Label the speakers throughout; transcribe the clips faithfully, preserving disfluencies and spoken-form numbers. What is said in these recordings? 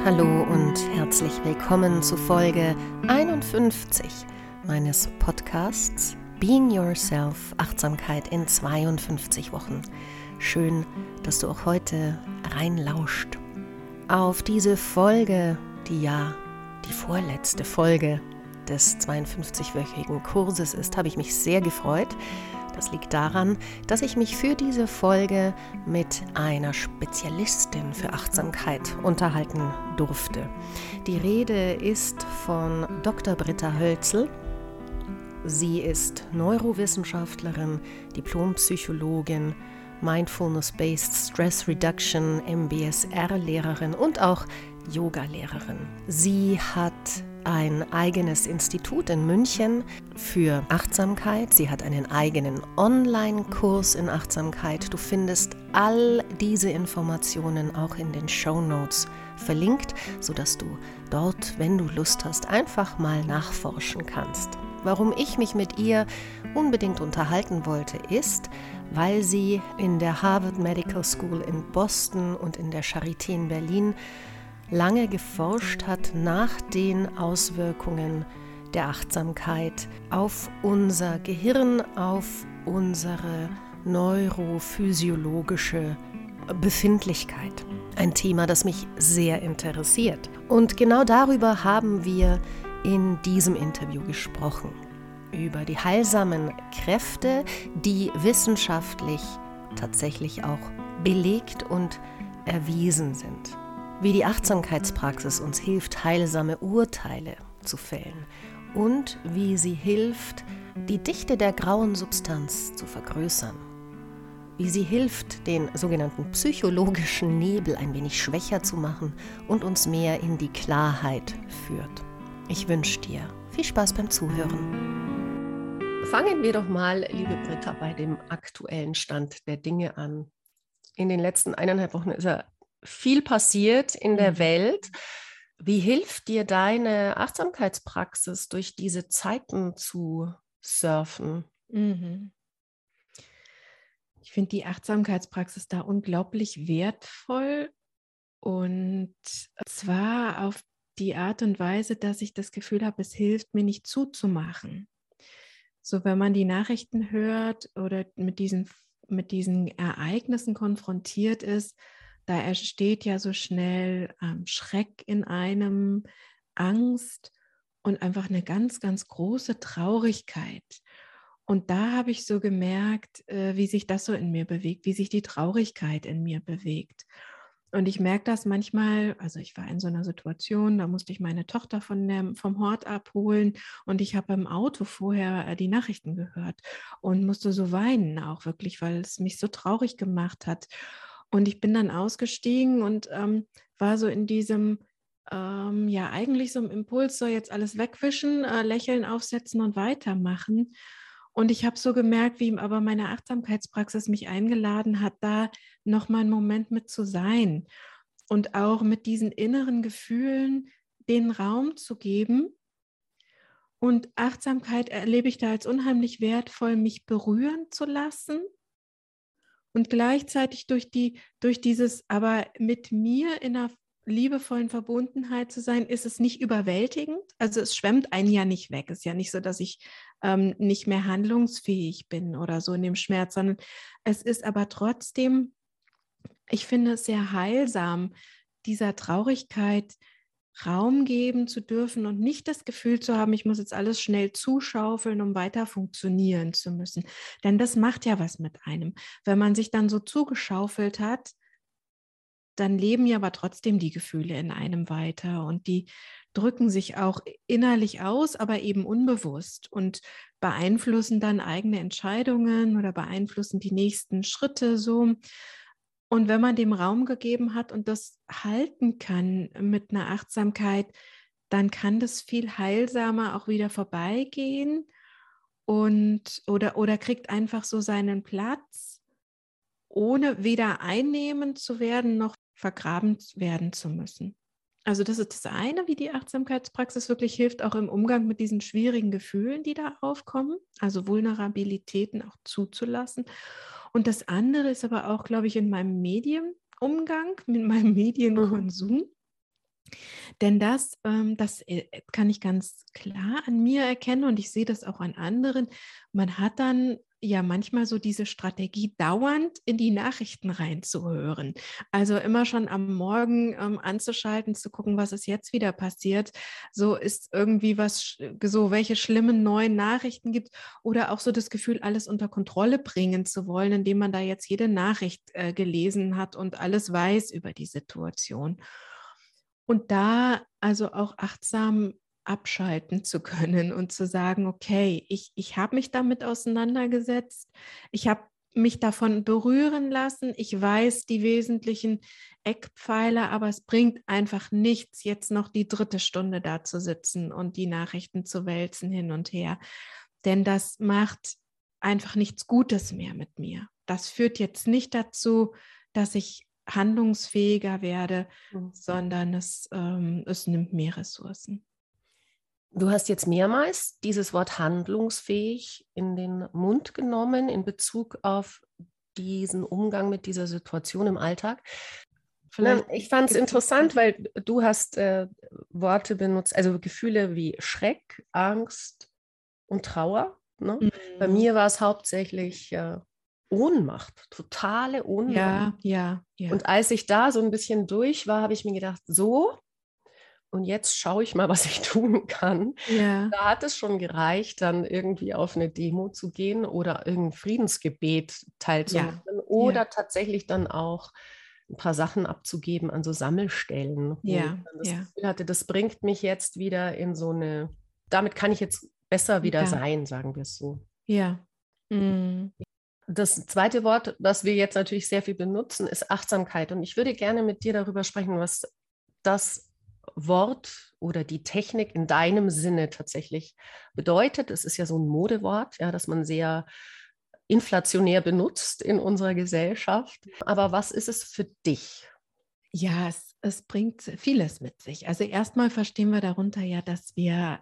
Speaker 1: Hallo und herzlich willkommen zu Folge einundfünfzig meines Podcasts Being Yourself – Achtsamkeit in zweiundfünfzig Wochen. Schön, dass du auch heute reinlauscht. Auf diese Folge, die ja die vorletzte Folge des zweiundfünfzig-wöchigen Kurses ist, habe ich mich sehr gefreut. Das liegt daran, dass ich mich für diese Folge mit einer Spezialistin für Achtsamkeit unterhalten durfte. Die Rede ist von Doktor Britta Hölzel. Sie ist Neurowissenschaftlerin, Diplompsychologin, Mindfulness-Based Stress Reduction, M B S R-Lehrerin und auch Yoga-Lehrerin. Sie hat ein eigenes Institut in München für Achtsamkeit. Sie hat einen eigenen Online-Kurs in Achtsamkeit. Du findest all diese Informationen auch in den Shownotes verlinkt, sodass du dort, wenn du Lust hast, einfach mal nachforschen kannst. Warum ich mich mit ihr unbedingt unterhalten wollte, ist, weil sie in der Harvard Medical School in Boston und in der Charité in Berlin lange geforscht hat nach den Auswirkungen der Achtsamkeit auf unser Gehirn, auf unsere neurophysiologische Befindlichkeit. Ein Thema, das mich sehr interessiert. Und genau darüber haben wir in diesem Interview gesprochen. Über die heilsamen Kräfte, die wissenschaftlich tatsächlich auch belegt und erwiesen sind. Wie die Achtsamkeitspraxis uns hilft, heilsame Urteile zu fällen und wie sie hilft, die Dichte der grauen Substanz zu vergrößern. Wie sie hilft, den sogenannten psychologischen Nebel ein wenig schwächer zu machen und uns mehr in die Klarheit führt. Ich wünsche dir viel Spaß beim Zuhören. Fangen wir doch mal, liebe Britta, bei dem aktuellen Stand der Dinge an. In den letzten eineinhalb Wochen ist er viel passiert in der mhm. Welt. Wie hilft dir deine Achtsamkeitspraxis, durch diese Zeiten zu surfen?
Speaker 2: Mhm. Ich finde die Achtsamkeitspraxis da unglaublich wertvoll, und zwar auf die Art und Weise, dass ich das Gefühl habe, es hilft mir nicht zuzumachen. So, wenn man die Nachrichten hört oder mit diesen, mit diesen Ereignissen konfrontiert ist, da entsteht ja so schnell ähm, Schreck in einem, Angst und einfach eine ganz, ganz große Traurigkeit. Und da habe ich so gemerkt, äh, wie sich das so in mir bewegt, wie sich die Traurigkeit in mir bewegt. Und ich merke das manchmal, also ich war in so einer Situation, da musste ich meine Tochter von der, vom Hort abholen und ich habe im Auto vorher äh, die Nachrichten gehört und musste so weinen auch wirklich, weil es mich so traurig gemacht hat. Und ich bin dann ausgestiegen und ähm, war so in diesem, ähm, ja eigentlich so im Impuls, so jetzt alles wegwischen, äh, Lächeln aufsetzen und weitermachen. Und ich habe so gemerkt, wie aber meine Achtsamkeitspraxis mich eingeladen hat, da nochmal einen Moment mit zu sein und auch mit diesen inneren Gefühlen den Raum zu geben. Und Achtsamkeit erlebe ich da als unheimlich wertvoll, mich berühren zu lassen. Und gleichzeitig durch die, durch dieses, aber mit mir in einer liebevollen Verbundenheit zu sein, ist es nicht überwältigend. Also es schwemmt einen ja nicht weg. Es ist ja nicht so, dass ich ähm, nicht mehr handlungsfähig bin oder so in dem Schmerz, sondern es ist aber trotzdem, ich finde es sehr heilsam, dieser Traurigkeit Raum geben zu dürfen und nicht das Gefühl zu haben, ich muss jetzt alles schnell zuschaufeln, um weiter funktionieren zu müssen. Denn das macht ja was mit einem. Wenn man sich dann so zugeschaufelt hat, dann leben ja aber trotzdem die Gefühle in einem weiter und die drücken sich auch innerlich aus, aber eben unbewusst und beeinflussen dann eigene Entscheidungen oder beeinflussen die nächsten Schritte so. Und wenn man dem Raum gegeben hat und das halten kann mit einer Achtsamkeit, dann kann das viel heilsamer auch wieder vorbeigehen und oder, oder kriegt einfach so seinen Platz, ohne weder einnehmen zu werden noch vergraben werden zu müssen. Also das ist das eine, wie die Achtsamkeitspraxis wirklich hilft, auch im Umgang mit diesen schwierigen Gefühlen, die da aufkommen, also Vulnerabilitäten auch zuzulassen. Und das andere ist aber auch, glaube ich, in meinem Medienumgang, mit meinem Medienkonsum. Denn das, ähm, das äh, kann ich ganz klar an mir erkennen und ich sehe das auch an anderen. Man hat dann ja manchmal so diese Strategie, dauernd in die Nachrichten reinzuhören. Also immer schon am Morgen ähm, anzuschalten, zu gucken, was ist jetzt wieder passiert. So ist irgendwie was, so welche schlimmen neuen Nachrichten gibt oder auch so das Gefühl, alles unter Kontrolle bringen zu wollen, indem man da jetzt jede Nachricht äh, gelesen hat und alles weiß über die Situation. Und da also auch achtsam abschalten zu können und zu sagen, okay, ich, ich habe mich damit auseinandergesetzt, ich habe mich davon berühren lassen, ich weiß die wesentlichen Eckpfeiler, aber es bringt einfach nichts, jetzt noch die dritte Stunde da zu sitzen und die Nachrichten zu wälzen hin und her. Denn das macht einfach nichts Gutes mehr mit mir. Das führt jetzt nicht dazu, dass ich handlungsfähiger werde,
Speaker 1: Mhm.
Speaker 2: sondern es, ähm, es nimmt mehr Ressourcen.
Speaker 1: Du hast jetzt mehrmals dieses Wort handlungsfähig in den Mund genommen in Bezug auf diesen Umgang mit dieser Situation im Alltag. Na,
Speaker 2: Vielleicht
Speaker 1: ich fand es
Speaker 2: gibt es
Speaker 1: interessant,
Speaker 2: noch.
Speaker 1: weil du hast äh, Worte benutzt, also Gefühle wie Schreck, Angst und Trauer. Ne? Bei
Speaker 2: Mhm.
Speaker 1: mir war es hauptsächlich äh, Ohnmacht, totale Ohnmacht.
Speaker 2: Ja, ja, ja,
Speaker 1: Und als ich da so ein bisschen durch war, habe ich mir gedacht, so, und jetzt schaue ich mal, was ich tun kann.
Speaker 2: ja,
Speaker 1: Da hat es schon gereicht, dann irgendwie auf eine Demo zu gehen oder irgendein Friedensgebet
Speaker 2: ja,
Speaker 1: teilzunehmen
Speaker 2: ja,
Speaker 1: oder tatsächlich dann auch ein paar Sachen abzugeben an so Sammelstellen, wo ich
Speaker 2: ja,
Speaker 1: dann das
Speaker 2: ja,
Speaker 1: Gefühl hatte, das bringt mich jetzt wieder in so eine, damit kann ich jetzt besser wieder
Speaker 2: ja,
Speaker 1: sein, sagen wir es so.
Speaker 2: ja. Mhm.
Speaker 1: Das zweite Wort, das wir jetzt natürlich sehr viel benutzen, ist Achtsamkeit. Und ich würde gerne mit dir darüber sprechen, was das Wort oder die Technik in deinem Sinne tatsächlich bedeutet. Es ist ja so ein Modewort, ja, das man sehr inflationär benutzt in unserer Gesellschaft. Aber was ist es für dich?
Speaker 2: Ja, es, es bringt vieles mit sich. Also erstmal verstehen wir darunter ja, dass wir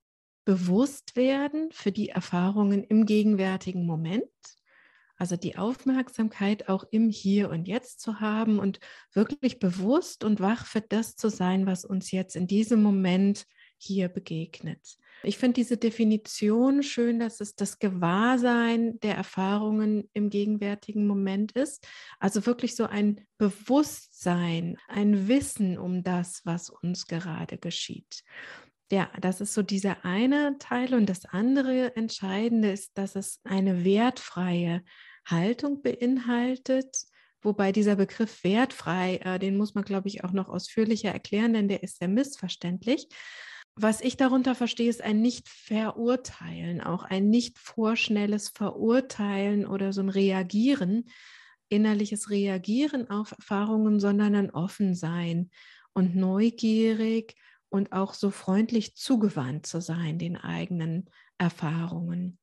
Speaker 2: bewusst werden für die Erfahrungen im gegenwärtigen Moment. Also die Aufmerksamkeit auch im Hier und Jetzt zu haben und wirklich bewusst und wach für das zu sein, was uns jetzt in diesem Moment hier begegnet. Ich finde diese Definition schön, dass es das Gewahrsein der Erfahrungen im gegenwärtigen Moment ist. Also wirklich so ein Bewusstsein, ein Wissen um das, was uns gerade geschieht. Ja, das ist so dieser eine Teil und das andere Entscheidende ist, dass es eine wertfreie Haltung beinhaltet, wobei dieser Begriff wertfrei, äh, den muss man, glaube ich, auch noch ausführlicher erklären, denn der ist sehr missverständlich. Was ich darunter verstehe, ist ein Nicht-Verurteilen, auch ein nicht vorschnelles Verurteilen oder so ein Reagieren, innerliches Reagieren auf Erfahrungen, sondern ein Offensein und neugierig und auch so freundlich zugewandt zu sein den eigenen Erfahrungen.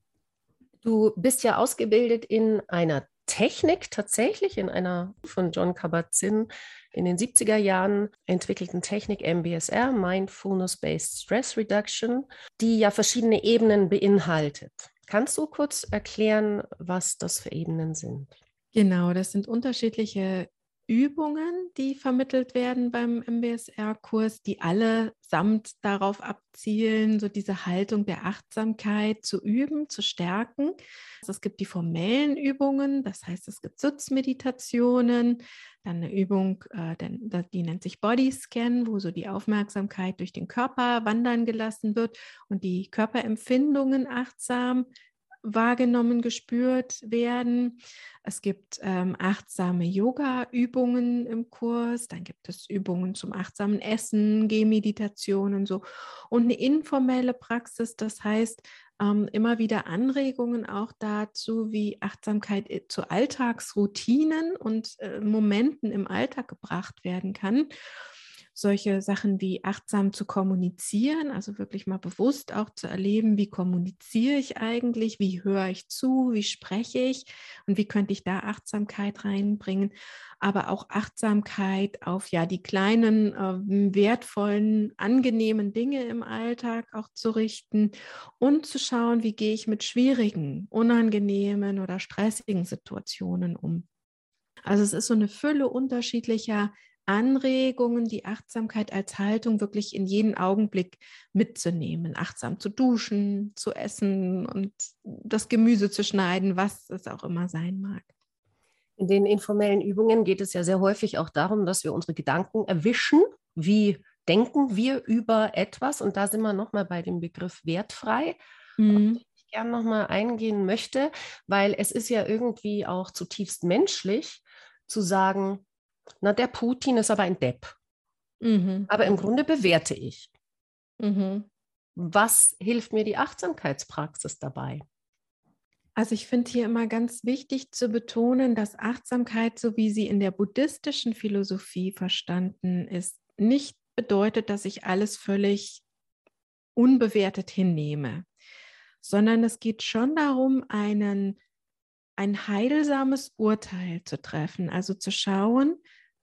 Speaker 1: Du bist ja ausgebildet in einer Technik, tatsächlich in einer von John Kabat-Zinn in den siebziger Jahren entwickelten Technik M B S R, Mindfulness-Based Stress Reduction, die ja verschiedene Ebenen beinhaltet. Kannst du kurz erklären, was das für Ebenen sind?
Speaker 2: Genau, das sind unterschiedliche Übungen, die vermittelt werden beim M B S R-Kurs, die allesamt darauf abzielen, so diese Haltung der Achtsamkeit zu üben, zu stärken. Also es gibt die formellen Übungen, das heißt, es gibt Sitzmeditationen, dann eine Übung, äh, die nennt sich Bodyscan, wo so die Aufmerksamkeit durch den Körper wandern gelassen wird und die Körperempfindungen achtsam wahrgenommen, gespürt werden. Es gibt ähm, achtsame Yoga-Übungen im Kurs, dann gibt es Übungen zum achtsamen Essen, Gehmeditationen so und eine informelle Praxis, das heißt ähm, immer wieder Anregungen auch dazu, wie Achtsamkeit zu Alltagsroutinen und äh, Momenten im Alltag gebracht werden kann. Solche Sachen wie achtsam zu kommunizieren, also wirklich mal bewusst auch zu erleben, wie kommuniziere ich eigentlich, wie höre ich zu, wie spreche ich und wie könnte ich da Achtsamkeit reinbringen, aber auch Achtsamkeit auf ja die kleinen, äh, wertvollen, angenehmen Dinge im Alltag auch zu richten und zu schauen, wie gehe ich mit schwierigen, unangenehmen oder stressigen Situationen um. Also es ist so eine Fülle unterschiedlicher Anregungen, die Achtsamkeit als Haltung wirklich in jeden Augenblick mitzunehmen, achtsam zu duschen, zu essen und das Gemüse zu schneiden, was es auch immer sein mag.
Speaker 1: In den informellen Übungen geht es ja sehr häufig auch darum, dass wir unsere Gedanken erwischen. Wie denken wir über etwas? Und da sind wir nochmal bei dem Begriff wertfrei, auf
Speaker 2: Mhm.
Speaker 1: den ich gerne nochmal eingehen möchte, weil es ist ja irgendwie auch zutiefst menschlich zu sagen, na, der Putin ist aber ein Depp.
Speaker 2: Mhm.
Speaker 1: Aber im Grunde bewerte ich.
Speaker 2: Mhm.
Speaker 1: Was hilft mir die Achtsamkeitspraxis dabei?
Speaker 2: Also ich finde hier immer ganz wichtig zu betonen, dass Achtsamkeit, so wie sie in der buddhistischen Philosophie verstanden ist, nicht bedeutet, dass ich alles völlig unbewertet hinnehme, sondern es geht schon darum, einen, ein heilsames Urteil zu treffen, also zu schauen,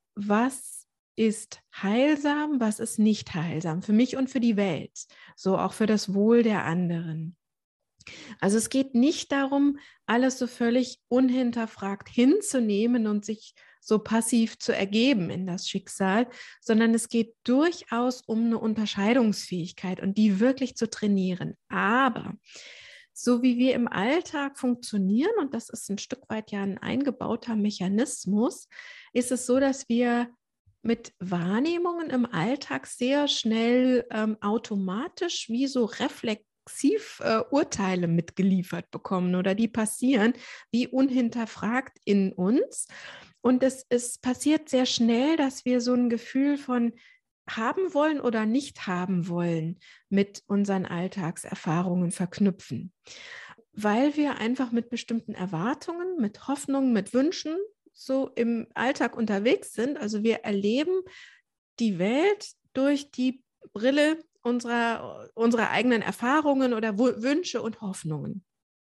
Speaker 2: was ist heilsam, was ist nicht heilsam, für mich und für die Welt, so auch für das Wohl der anderen. Also es geht nicht darum, alles so völlig unhinterfragt hinzunehmen und sich so passiv zu ergeben in das Schicksal, sondern es geht durchaus um eine Unterscheidungsfähigkeit und die wirklich zu trainieren. Aber so wie wir im Alltag funktionieren, und das ist ein Stück weit ja ein eingebauter Mechanismus, ist es so, dass wir mit Wahrnehmungen im Alltag sehr schnell ähm, automatisch wie so reflexiv äh, Urteile mitgeliefert bekommen oder die passieren wie unhinterfragt in uns. Und es, es passiert sehr schnell, dass wir so ein Gefühl von haben wollen oder nicht haben wollen mit unseren Alltagserfahrungen verknüpfen, weil wir einfach mit bestimmten Erwartungen, mit Hoffnungen, mit Wünschen so im Alltag unterwegs sind. Also wir erleben die Welt durch die Brille unserer, unserer eigenen Erfahrungen oder Wünsche und Hoffnungen.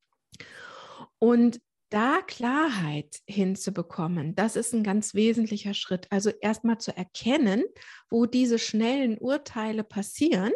Speaker 2: Und da Klarheit hinzubekommen, das ist ein ganz wesentlicher Schritt. Also erstmal zu erkennen, wo diese schnellen Urteile passieren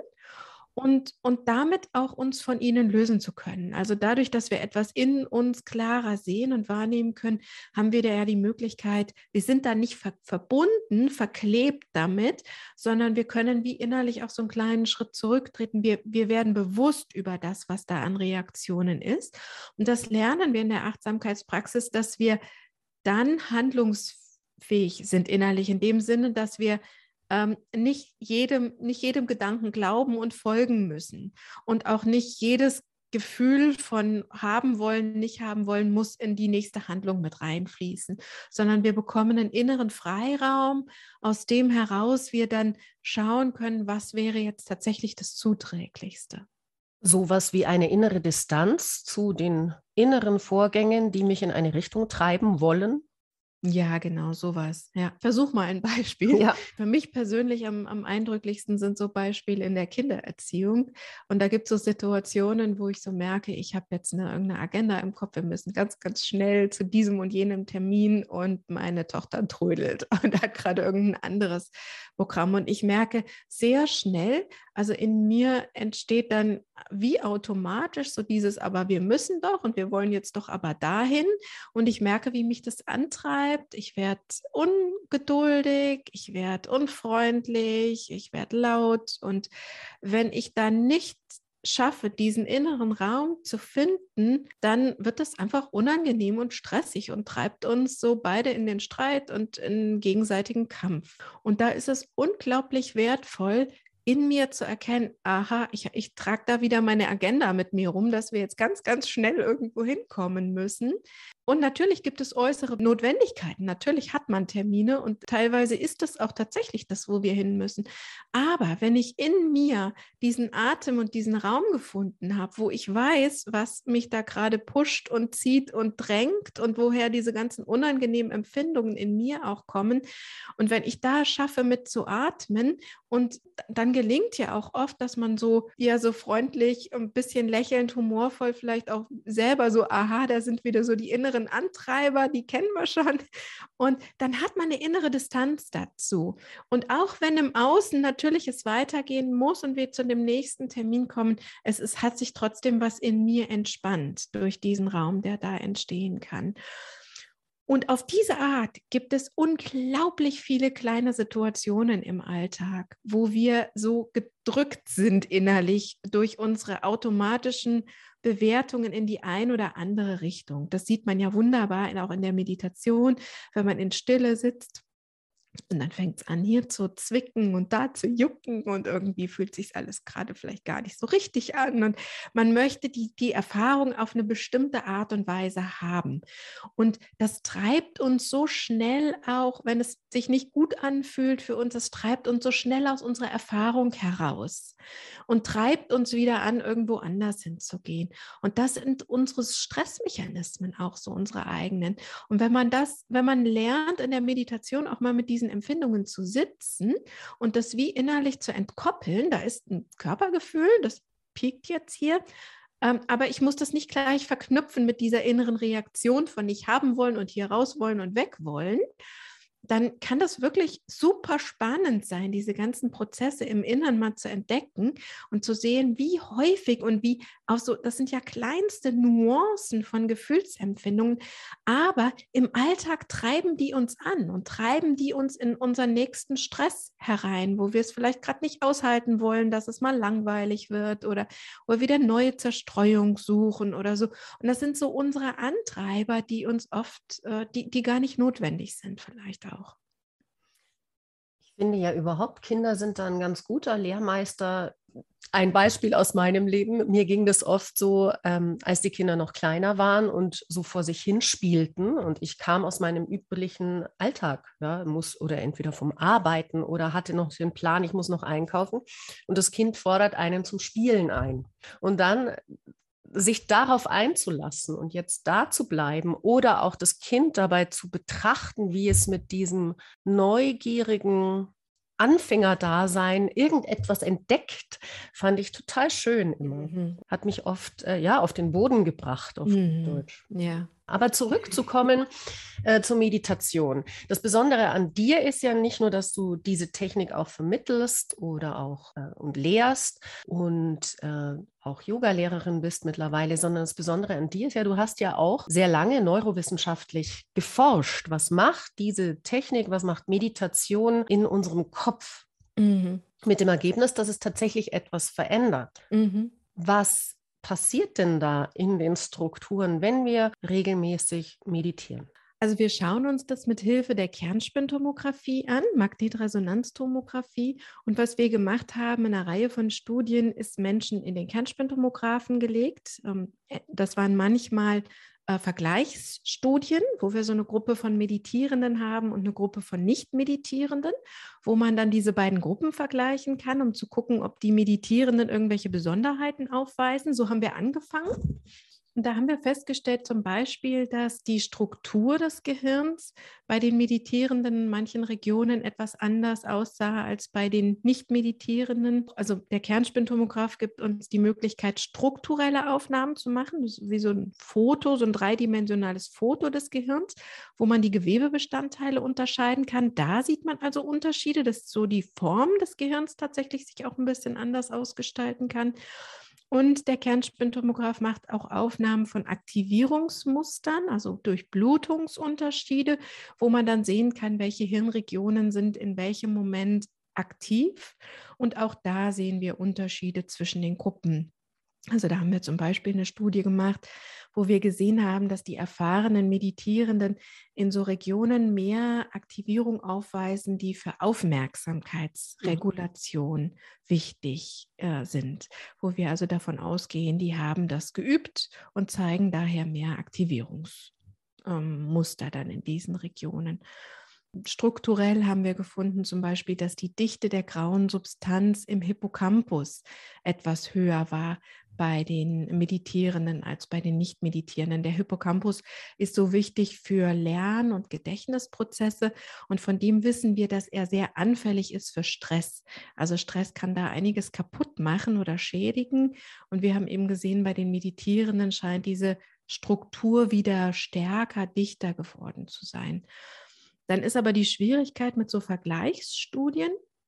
Speaker 2: und, und damit auch uns von ihnen lösen zu können. Also dadurch, dass wir etwas in uns klarer sehen und wahrnehmen können, haben wir da ja die Möglichkeit, wir sind da nicht ver- verbunden, verklebt damit, sondern wir können wie innerlich auch so einen kleinen Schritt zurücktreten. Wir, wir werden bewusst über das, was da an Reaktionen ist. Und das lernen wir in der Achtsamkeitspraxis, dass wir dann handlungsfähig sind innerlich, in dem Sinne, dass wir ähm, nicht jedem, nicht jedem Gedanken glauben und folgen müssen. Und auch nicht jedes Gefühl von haben wollen, nicht haben wollen, muss in die nächste Handlung mit reinfließen, sondern wir bekommen einen inneren Freiraum, aus dem heraus wir dann schauen können, was wäre jetzt tatsächlich das Zuträglichste.
Speaker 1: Sowas wie eine innere Distanz zu den inneren Vorgängen, die mich in eine Richtung treiben wollen.
Speaker 2: Ja, genau, sowas. Ja, versuch mal ein Beispiel.
Speaker 1: Ja.
Speaker 2: Für mich persönlich am, am eindrücklichsten sind so Beispiele in der Kindererziehung. Und da gibt es so Situationen, wo ich so merke, ich habe jetzt eine, irgendeine Agenda im Kopf, wir müssen ganz, ganz schnell zu diesem und jenem Termin und meine Tochter trödelt und hat gerade irgendein anderes Programm. Und ich merke sehr schnell, also in mir entsteht dann wie automatisch so dieses, aber wir müssen doch und wir wollen jetzt doch aber dahin. Und ich merke, wie mich das antreibt. Ich werde ungeduldig, ich werde unfreundlich, ich werde laut. Und wenn ich dann nicht schaffe, diesen inneren Raum zu finden, dann wird das einfach unangenehm und stressig und treibt uns so beide in den Streit und in gegenseitigen Kampf. Und da ist es unglaublich wertvoll, in mir zu erkennen, aha, ich, ich trage da wieder meine Agenda mit mir rum, dass wir jetzt ganz, ganz schnell irgendwo hinkommen müssen. Und natürlich gibt es äußere Notwendigkeiten. Natürlich hat man Termine und teilweise ist das auch tatsächlich das, wo wir hin müssen. Aber wenn ich in mir diesen Atem und diesen Raum gefunden habe, wo ich weiß, was mich da gerade pusht und zieht und drängt und woher diese ganzen unangenehmen Empfindungen in mir auch kommen, und wenn ich da schaffe, mit zu atmen, und dann gelingt ja auch oft, dass man so ja so freundlich, ein bisschen lächelnd, humorvoll vielleicht auch selber so, aha, da sind wieder so die inneren Antreiber, die kennen wir schon. Und dann hat man eine innere Distanz dazu. Und auch wenn im Außen natürlich es weitergehen muss und wir zu dem nächsten Termin kommen, es ist, hat sich trotzdem was in mir entspannt durch diesen Raum, der da entstehen kann. Und auf diese Art gibt es unglaublich viele kleine Situationen im Alltag, wo wir so gedrückt sind innerlich durch unsere automatischen Bewertungen in die ein oder andere Richtung. Das sieht man ja wunderbar auch in der Meditation, wenn man in Stille sitzt. Und dann fängt es an, hier zu zwicken und da zu jucken und irgendwie fühlt sich alles gerade vielleicht gar nicht so richtig an. Und man möchte die, die Erfahrung auf eine bestimmte Art und Weise haben. Und das treibt uns so schnell auch, wenn es sich nicht gut anfühlt für uns, es treibt uns so schnell aus unserer Erfahrung heraus und treibt uns wieder an, irgendwo anders hinzugehen. Und das sind unsere Stressmechanismen auch so, unsere eigenen. Und wenn man das, wenn man lernt in der Meditation auch mal mit diesen Empfindungen zu sitzen und das wie innerlich zu entkoppeln, da ist ein Körpergefühl, das piekt jetzt hier, ähm, aber ich muss das nicht gleich verknüpfen mit dieser inneren Reaktion von nicht haben wollen und hier raus wollen und weg wollen, dann kann das wirklich super spannend sein, diese ganzen Prozesse im Inneren mal zu entdecken und zu sehen, wie häufig und wie auch so, das sind ja kleinste Nuancen von Gefühlsempfindungen, aber im Alltag treiben die uns an und treiben die uns in unseren nächsten Stress herein, wo wir es vielleicht gerade nicht aushalten wollen, dass es mal langweilig wird oder, oder wieder neue Zerstreuung suchen oder so. Und das sind so unsere Antreiber, die uns oft, äh, die, die gar nicht notwendig sind vielleicht auch.
Speaker 1: Ich finde ja überhaupt, Kinder sind da ein ganz guter Lehrmeister. Ein Beispiel aus meinem Leben, mir ging das oft so, ähm, als die Kinder noch kleiner waren und so vor sich hin spielten und ich kam aus meinem üblichen Alltag, ja, muss oder entweder vom Arbeiten oder hatte noch den Plan, ich muss noch einkaufen und das Kind fordert einen zum Spielen ein. Und dann sich darauf einzulassen und jetzt da zu bleiben oder auch das Kind dabei zu betrachten, wie es mit diesem neugierigen Anfängerdasein irgendetwas entdeckt, fand ich total schön immer.
Speaker 2: Mhm.
Speaker 1: Hat mich oft äh, ja, auf den Boden gebracht, auf
Speaker 2: Mhm.
Speaker 1: Deutsch.
Speaker 2: Ja.
Speaker 1: Aber zurückzukommen äh, zur Meditation. Das Besondere an dir ist ja nicht nur, dass du diese Technik auch vermittelst oder auch äh, und lehrst und äh, auch Yoga-Lehrerin bist mittlerweile, sondern das Besondere an dir ist ja, du hast ja auch sehr lange neurowissenschaftlich geforscht. Was macht diese Technik, was macht Meditation in unserem Kopf?
Speaker 2: Mhm.
Speaker 1: Mit dem Ergebnis, dass es tatsächlich etwas verändert.
Speaker 2: Mhm.
Speaker 1: Was passiert denn da in den Strukturen, wenn wir regelmäßig meditieren?
Speaker 2: Also wir schauen uns das mit Hilfe der Kernspintomographie an, Magnetresonanztomographie. Und was wir gemacht haben in einer Reihe von Studien, ist Menschen in den Kernspintomographen gelegt. Das waren manchmal äh, Vergleichsstudien, wo wir so eine Gruppe von Meditierenden haben und eine Gruppe von Nicht-Meditierenden, wo man dann diese beiden Gruppen vergleichen kann, um zu gucken, ob die Meditierenden irgendwelche Besonderheiten aufweisen. So haben wir angefangen. Und da haben wir festgestellt zum Beispiel, dass die Struktur des Gehirns bei den Meditierenden in manchen Regionen etwas anders aussah als bei den Nicht-Meditierenden. Also der Kernspintomograph gibt uns die Möglichkeit, strukturelle Aufnahmen zu machen. Das ist wie so ein Foto, so ein dreidimensionales Foto des Gehirns, wo man die Gewebebestandteile unterscheiden kann. Da sieht man also Unterschiede, dass so die Form des Gehirns tatsächlich sich auch ein bisschen anders ausgestalten kann. Und der Kernspintomograph macht auch Aufnahmen von Aktivierungsmustern, also Durchblutungsunterschiede, wo man dann sehen kann, welche Hirnregionen sind in welchem Moment aktiv. Und auch da sehen wir Unterschiede zwischen den Gruppen. Also da haben wir zum Beispiel eine Studie gemacht, wo wir gesehen haben, dass die erfahrenen Meditierenden in so Regionen mehr Aktivierung aufweisen, die für Aufmerksamkeitsregulation wichtig äh, sind, wo wir also davon ausgehen, die haben das geübt und zeigen daher mehr Aktivierungsmuster ähm, dann in diesen Regionen. Strukturell haben wir gefunden zum Beispiel, dass die Dichte der grauen Substanz im Hippocampus etwas höher war bei den Meditierenden als bei den Nicht-Meditierenden. Der Hippocampus ist so wichtig für Lern- und Gedächtnisprozesse und von dem wissen wir, dass er sehr anfällig ist für Stress. Also Stress kann da einiges kaputt machen oder schädigen und wir haben eben gesehen, bei den Meditierenden scheint diese Struktur wieder stärker, dichter geworden zu sein. Dann ist aber die Schwierigkeit mit so Vergleichsstudien,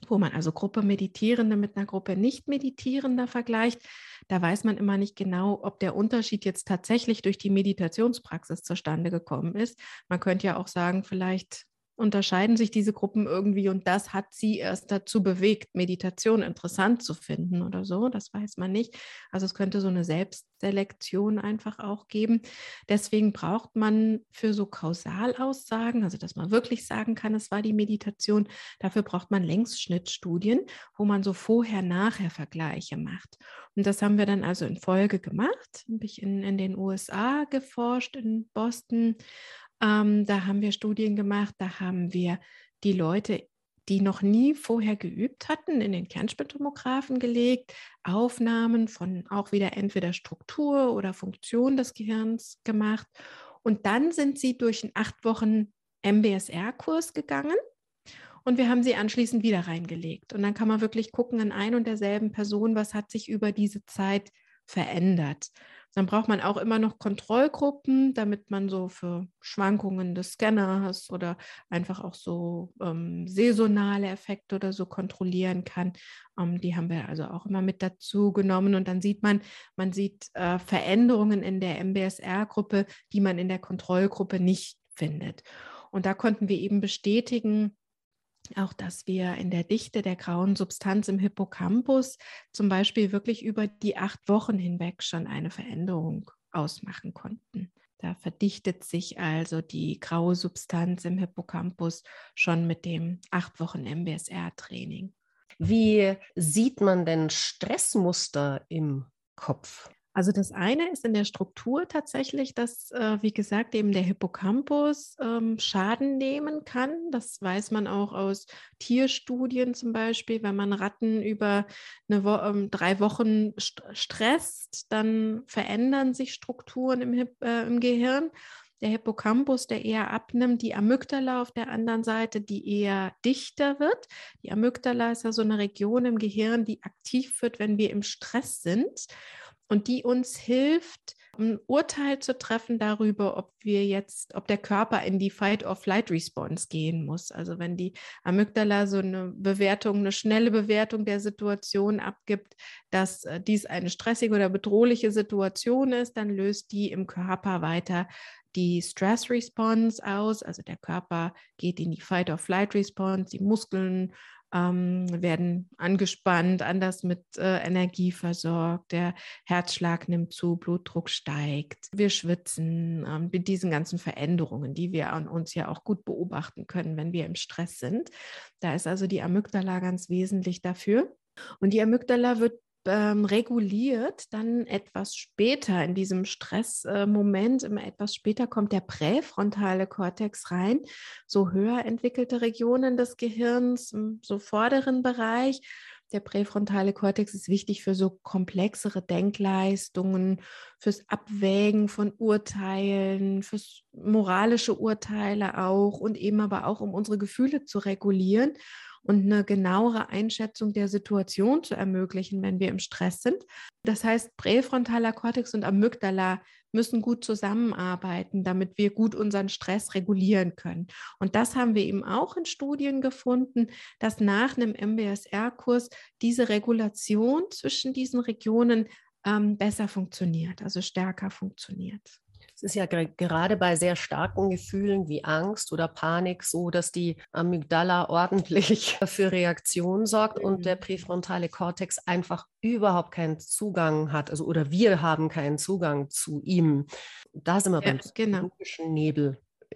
Speaker 2: wo man also Gruppe Meditierende mit einer Gruppe Nicht-Meditierender vergleicht. Da weiß man immer nicht genau, ob der Unterschied jetzt tatsächlich durch die Meditationspraxis zustande gekommen ist. Man könnte ja auch sagen, vielleicht unterscheiden sich diese Gruppen irgendwie und das hat sie erst dazu bewegt, Meditation interessant zu finden oder so. Das weiß man nicht. Also es könnte so eine Selbstselektion einfach auch geben. Deswegen braucht man für so Kausalaussagen, also dass man wirklich sagen kann, es war die Meditation, dafür braucht man Längsschnittstudien, wo man so Vorher-Nachher-Vergleiche macht. Und das haben wir dann also in Folge gemacht. Habe ich in, in den U S A geforscht, in Boston. Ähm, da haben wir Studien gemacht, da haben wir die Leute, die noch nie vorher geübt hatten, in den Kernspintomographen gelegt, Aufnahmen von auch wieder entweder Struktur oder Funktion des Gehirns gemacht. Und dann sind sie durch einen acht Wochen M B S R-Kurs gegangen und wir haben sie anschließend wieder reingelegt. Und dann kann man wirklich gucken an ein und derselben Person, was hat sich über diese Zeit verändert. Dann braucht man auch immer noch Kontrollgruppen, damit man so für Schwankungen des Scanners oder einfach auch so ähm, saisonale Effekte oder so kontrollieren kann. Ähm, die haben wir also auch immer mit dazu genommen. Und dann sieht man, man sieht äh, Veränderungen in der M B S R-Gruppe, die man in der Kontrollgruppe nicht findet. Und da konnten wir eben bestätigen, auch dass wir in der Dichte der grauen Substanz im Hippocampus zum Beispiel wirklich über die acht Wochen hinweg schon eine Veränderung ausmachen konnten. Da verdichtet sich also die graue Substanz im Hippocampus schon mit dem acht Wochen M B S R-Training.
Speaker 1: Wie sieht man denn Stressmuster im Kopf?
Speaker 2: Also das eine ist in der Struktur tatsächlich, dass, äh, wie gesagt, eben der Hippocampus ähm, Schaden nehmen kann. Das weiß man auch aus Tierstudien zum Beispiel. Wenn man Ratten über eine Wo- ähm, drei Wochen st- stresst, dann verändern sich Strukturen im, Hip- äh, im Gehirn. Der Hippocampus, der eher abnimmt, die Amygdala auf der anderen Seite, die eher dichter wird. Die Amygdala ist ja so eine Region im Gehirn, die aktiv wird, wenn wir im Stress sind. Und die uns hilft, ein Urteil zu treffen darüber, ob wir jetzt, ob der Körper in die Fight-or-Flight-Response gehen muss. Also wenn die Amygdala so eine Bewertung, eine schnelle Bewertung der Situation abgibt, dass äh, dies eine stressige oder bedrohliche Situation ist, dann löst die im Körper weiter die Stress-Response aus. Also der Körper geht in die Fight-or-Flight-Response, die Muskeln Ähm, werden angespannt, anders mit äh, Energie versorgt, der Herzschlag nimmt zu, Blutdruck steigt, wir schwitzen, ähm, mit diesen ganzen Veränderungen, die wir an uns ja auch gut beobachten können, wenn wir im Stress sind. Da ist also die Amygdala ganz wesentlich dafür. Und die Amygdala wird ähm, reguliert dann etwas später in diesem Stressmoment, äh, immer etwas später kommt der präfrontale Kortex rein, so höher entwickelte Regionen des Gehirns im so vorderen Bereich. Der präfrontale Kortex ist wichtig für so komplexere Denkleistungen, fürs Abwägen von Urteilen, fürs moralische Urteile auch und eben aber auch, um unsere Gefühle zu regulieren und eine genauere Einschätzung der Situation zu ermöglichen, wenn wir im Stress sind. Das heißt, präfrontaler Kortex und Amygdala müssen gut zusammenarbeiten, damit wir gut unseren Stress regulieren können. Und das haben wir eben auch in Studien gefunden, dass nach einem M B S R-Kurs diese Regulation zwischen diesen Regionen ähm, besser funktioniert, also stärker funktioniert.
Speaker 1: Es ist ja gerade bei sehr starken Gefühlen wie Angst oder Panik so, dass die Amygdala ordentlich für Reaktion sorgt mhm. und der präfrontale Kortex einfach überhaupt keinen Zugang hat, also oder wir haben keinen Zugang zu ihm. Da sind wir ja, beim psychologischen genau. Nebel.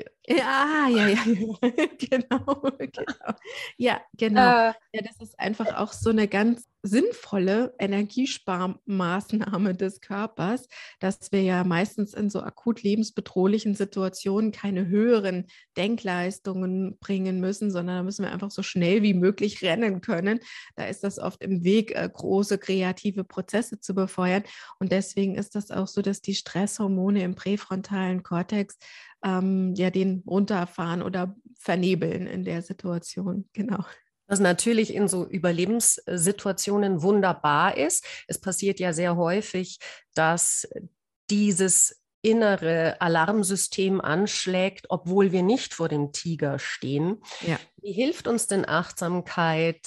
Speaker 2: Ja, ja, ja, genau, genau. Ja, genau. Äh, ja, das ist einfach auch so eine ganz sinnvolle Energiesparmaßnahme des Körpers, dass wir ja meistens in so akut lebensbedrohlichen Situationen keine höheren Denkleistungen bringen müssen, sondern da müssen wir einfach so schnell wie möglich rennen können. Da ist das oft im Weg, äh, große kreative Prozesse zu befeuern. Und deswegen ist das auch so, dass die Stresshormone im präfrontalen Kortex ähm, ja den runterfahren oder vernebeln in der Situation. Genau.
Speaker 1: Was natürlich in so Überlebenssituationen wunderbar ist. Es passiert ja sehr häufig, dass dieses innere Alarmsystem anschlägt, obwohl wir nicht vor dem Tiger stehen. Ja. Wie hilft uns denn Achtsamkeit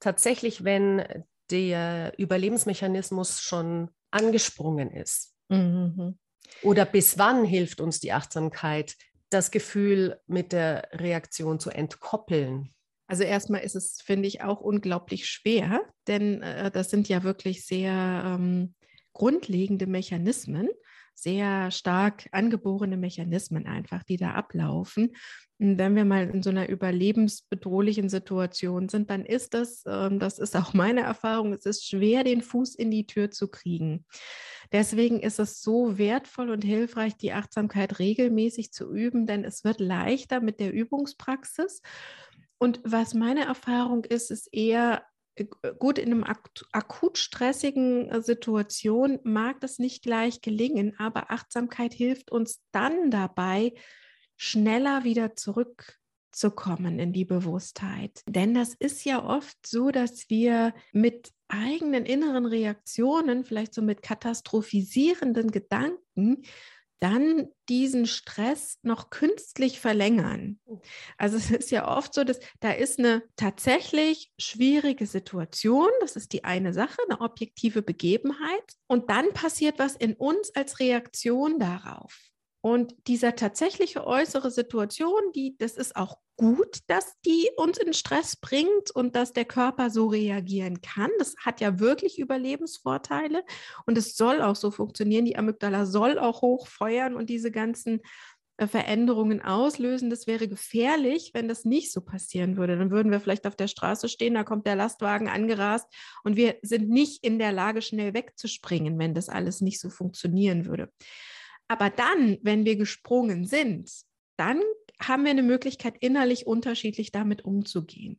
Speaker 1: tatsächlich, wenn der Überlebensmechanismus schon angesprungen ist?
Speaker 2: Mhm.
Speaker 1: Oder bis wann hilft uns die Achtsamkeit, das Gefühl mit der Reaktion zu entkoppeln?
Speaker 2: Also erstmal ist es, finde ich, auch unglaublich schwer, denn äh, das sind ja wirklich sehr ähm, grundlegende Mechanismen, sehr stark angeborene Mechanismen einfach, die da ablaufen. Und wenn wir mal in so einer überlebensbedrohlichen Situation sind, dann ist das, ähm, das ist auch meine Erfahrung, es ist schwer, den Fuß in die Tür zu kriegen. Deswegen ist es so wertvoll und hilfreich, die Achtsamkeit regelmäßig zu üben, denn es wird leichter mit der Übungspraxis. Und was meine Erfahrung ist, ist eher äh, gut in einem ak- akut stressigen äh, Situation mag das nicht gleich gelingen, aber Achtsamkeit hilft uns dann dabei, schneller wieder zurückzukommen in die Bewusstheit. Denn das ist ja oft so, dass wir mit eigenen inneren Reaktionen, vielleicht so mit katastrophisierenden Gedanken, dann diesen Stress noch künstlich verlängern. Also es ist ja oft so, dass da ist eine tatsächlich schwierige Situation, das ist die eine Sache, eine objektive Begebenheit, und dann passiert was in uns als Reaktion darauf. Und dieser tatsächliche äußere Situation, die, das ist auch gut, dass die uns in Stress bringt und dass der Körper so reagieren kann. Das hat ja wirklich Überlebensvorteile und es soll auch so funktionieren. Die Amygdala soll auch hochfeuern und diese ganzen äh, Veränderungen auslösen. Das wäre gefährlich, wenn das nicht so passieren würde. Dann würden wir vielleicht auf der Straße stehen, da kommt der Lastwagen angerast und wir sind nicht in der Lage, schnell wegzuspringen, wenn das alles nicht so funktionieren würde. Aber dann, wenn wir gesprungen sind, dann haben wir eine Möglichkeit, innerlich unterschiedlich damit umzugehen.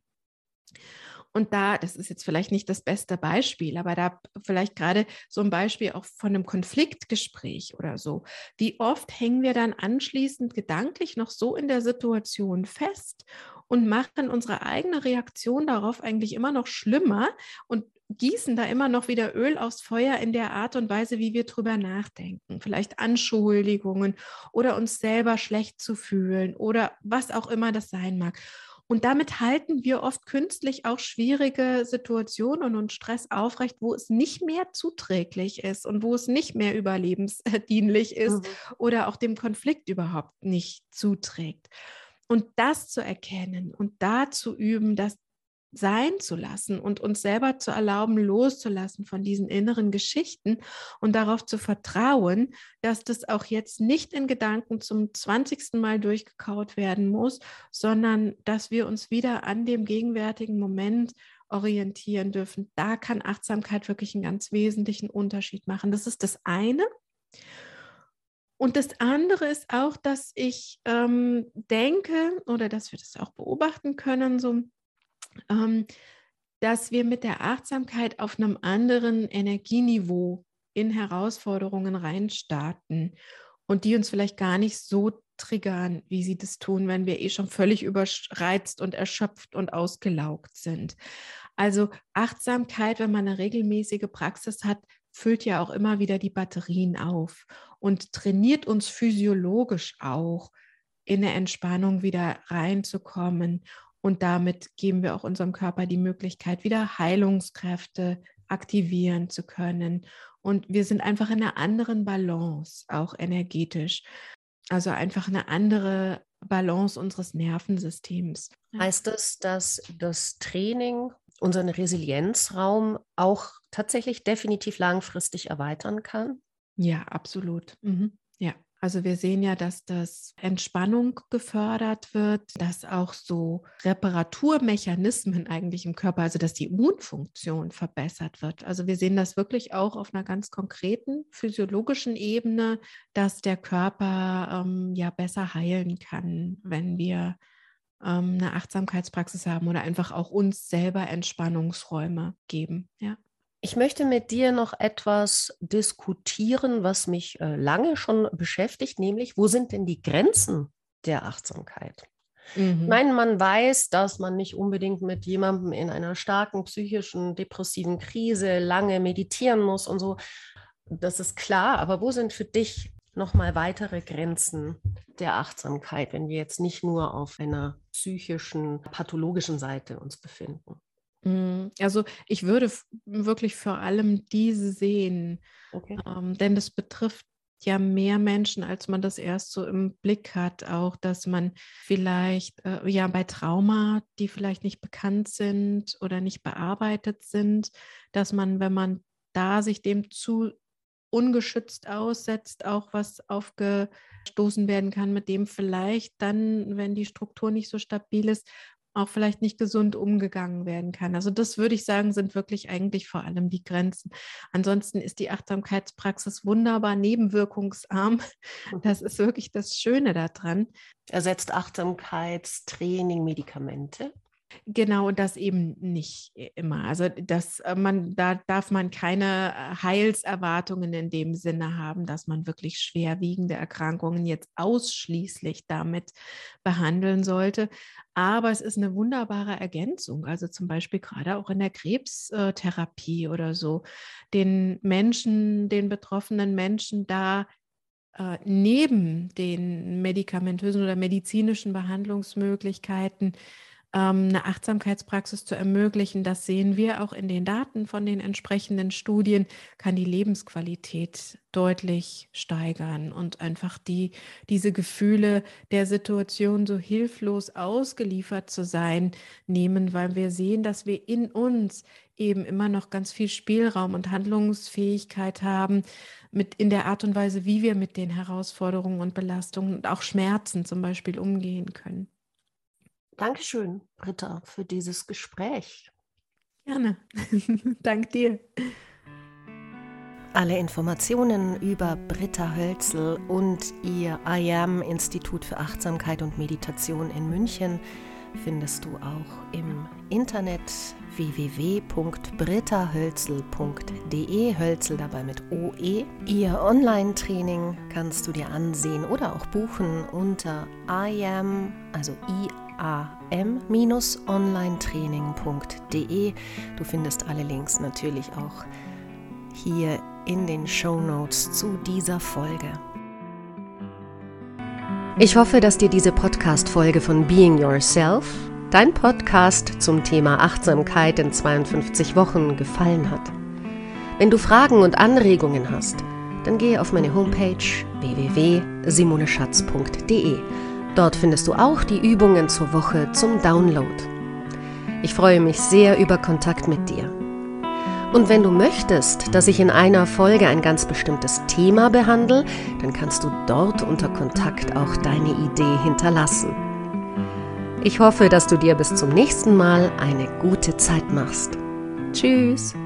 Speaker 2: Und da, das ist jetzt vielleicht nicht das beste Beispiel, aber da vielleicht gerade so ein Beispiel auch von einem Konfliktgespräch oder so. Wie oft hängen wir dann anschließend gedanklich noch so in der Situation fest und machen unsere eigene Reaktion darauf eigentlich immer noch schlimmer und gießen da immer noch wieder Öl aufs Feuer in der Art und Weise, wie wir drüber nachdenken. Vielleicht Anschuldigungen oder uns selber schlecht zu fühlen oder was auch immer das sein mag. Und damit halten wir oft künstlich auch schwierige Situationen und Stress aufrecht, wo es nicht mehr zuträglich ist und wo es nicht mehr überlebensdienlich ist
Speaker 1: Mhm.
Speaker 2: oder auch dem Konflikt überhaupt nicht zuträgt. Und das zu erkennen und da zu üben, das sein zu lassen und uns selber zu erlauben, loszulassen von diesen inneren Geschichten und darauf zu vertrauen, dass das auch jetzt nicht in Gedanken zum zwanzigsten Mal durchgekaut werden muss, sondern dass wir uns wieder an dem gegenwärtigen Moment orientieren dürfen. Da kann Achtsamkeit wirklich einen ganz wesentlichen Unterschied machen. Das ist das eine. Und das andere ist auch, dass ich ähm, denke oder dass wir das auch beobachten können, so ähm, dass wir mit der Achtsamkeit auf einem anderen Energieniveau in Herausforderungen reinstarten und die uns vielleicht gar nicht so triggern, wie sie das tun, wenn wir eh schon völlig überreizt und erschöpft und ausgelaugt sind. Also Achtsamkeit, wenn man eine regelmäßige Praxis hat, füllt ja auch immer wieder die Batterien auf und trainiert uns physiologisch auch, in eine Entspannung wieder reinzukommen. Und damit geben wir auch unserem Körper die Möglichkeit, wieder Heilungskräfte aktivieren zu können. Und wir sind einfach in einer anderen Balance, auch energetisch. Also einfach eine andere Balance unseres Nervensystems. Ja.
Speaker 1: Heißt das, dass das Training unseren Resilienzraum auch tatsächlich definitiv langfristig erweitern kann?
Speaker 2: Ja, absolut. Mhm. Ja. Also wir sehen ja, dass das Entspannung gefördert wird, dass auch so Reparaturmechanismen eigentlich im Körper, also dass die Immunfunktion verbessert wird. Also wir sehen das wirklich auch auf einer ganz konkreten physiologischen Ebene, dass der Körper ähm, ja besser heilen kann, wenn wir ähm, eine Achtsamkeitspraxis haben oder einfach auch uns selber Entspannungsräume geben. Ja.
Speaker 1: Ich möchte mit dir noch etwas diskutieren, was mich äh, lange schon beschäftigt, nämlich, wo sind denn die Grenzen der Achtsamkeit?
Speaker 2: Mhm.
Speaker 1: Ich meine, man weiß, dass man nicht unbedingt mit jemandem in einer starken psychischen, depressiven Krise lange meditieren muss und so. Das ist klar, aber wo sind für dich nochmal weitere Grenzen der Achtsamkeit, wenn wir jetzt nicht nur auf einer psychischen, pathologischen Seite uns befinden?
Speaker 2: Also ich würde f- wirklich vor allem diese sehen,
Speaker 1: Okay.
Speaker 2: ähm, denn das betrifft ja mehr Menschen, als man das erst so im Blick hat. Auch, dass man vielleicht äh, ja bei Trauma, die vielleicht nicht bekannt sind oder nicht bearbeitet sind, dass man, wenn man da sich dem zu ungeschützt aussetzt, auch was aufgestoßen werden kann, mit dem vielleicht dann, wenn die Struktur nicht so stabil ist, auch vielleicht nicht gesund umgegangen werden kann. Also das würde ich sagen, sind wirklich eigentlich vor allem die Grenzen. Ansonsten ist die Achtsamkeitspraxis wunderbar nebenwirkungsarm. Das ist wirklich das Schöne daran.
Speaker 1: Ersetzt Achtsamkeitstraining Medikamente?
Speaker 2: Genau, und das eben nicht immer. Also das, äh, man, da darf man keine äh, Heilserwartungen in dem Sinne haben, dass man wirklich schwerwiegende Erkrankungen jetzt ausschließlich damit behandeln sollte. Aber es ist eine wunderbare Ergänzung. Also zum Beispiel gerade auch in der Krebstherapie oder so, den Menschen, den betroffenen Menschen da äh, neben den medikamentösen oder medizinischen Behandlungsmöglichkeiten ähm, eine Achtsamkeitspraxis zu ermöglichen. Das sehen wir auch in den Daten von den entsprechenden Studien, kann die Lebensqualität deutlich steigern und einfach die, diese Gefühle der Situation, so hilflos ausgeliefert zu sein, nehmen, weil wir sehen, dass wir in uns eben immer noch ganz viel Spielraum und Handlungsfähigkeit haben, mit in der Art und Weise, wie wir mit den Herausforderungen und Belastungen und auch Schmerzen zum Beispiel umgehen können.
Speaker 1: Dankeschön, Britta, für dieses Gespräch.
Speaker 2: Gerne. Dank dir.
Speaker 1: Alle Informationen über Britta Hölzel und ihr I A M Institut für Achtsamkeit und Meditation in München findest du auch im Internet w w w punkt britta hölzel punkt d e, Hölzel dabei mit O E. Ihr Online-Training kannst du dir ansehen oder auch buchen unter I A M, also I A M Online Training punkt d e. Du findest alle Links natürlich auch hier in den Shownotes zu dieser Folge. Ich hoffe, dass dir diese Podcast-Folge von Being Yourself, dein Podcast zum Thema Achtsamkeit in zweiundfünfzig Wochen, gefallen hat. Wenn du Fragen und Anregungen hast, dann gehe auf meine Homepage w w w punkt simone schatz punkt d e. Dort findest du auch die Übungen zur Woche zum Download. Ich freue mich sehr über Kontakt mit dir. Und wenn du möchtest, dass ich in einer Folge ein ganz bestimmtes Thema behandle, dann kannst du dort unter Kontakt auch deine Idee hinterlassen. Ich hoffe, dass du dir bis zum nächsten Mal eine gute Zeit machst. Tschüss!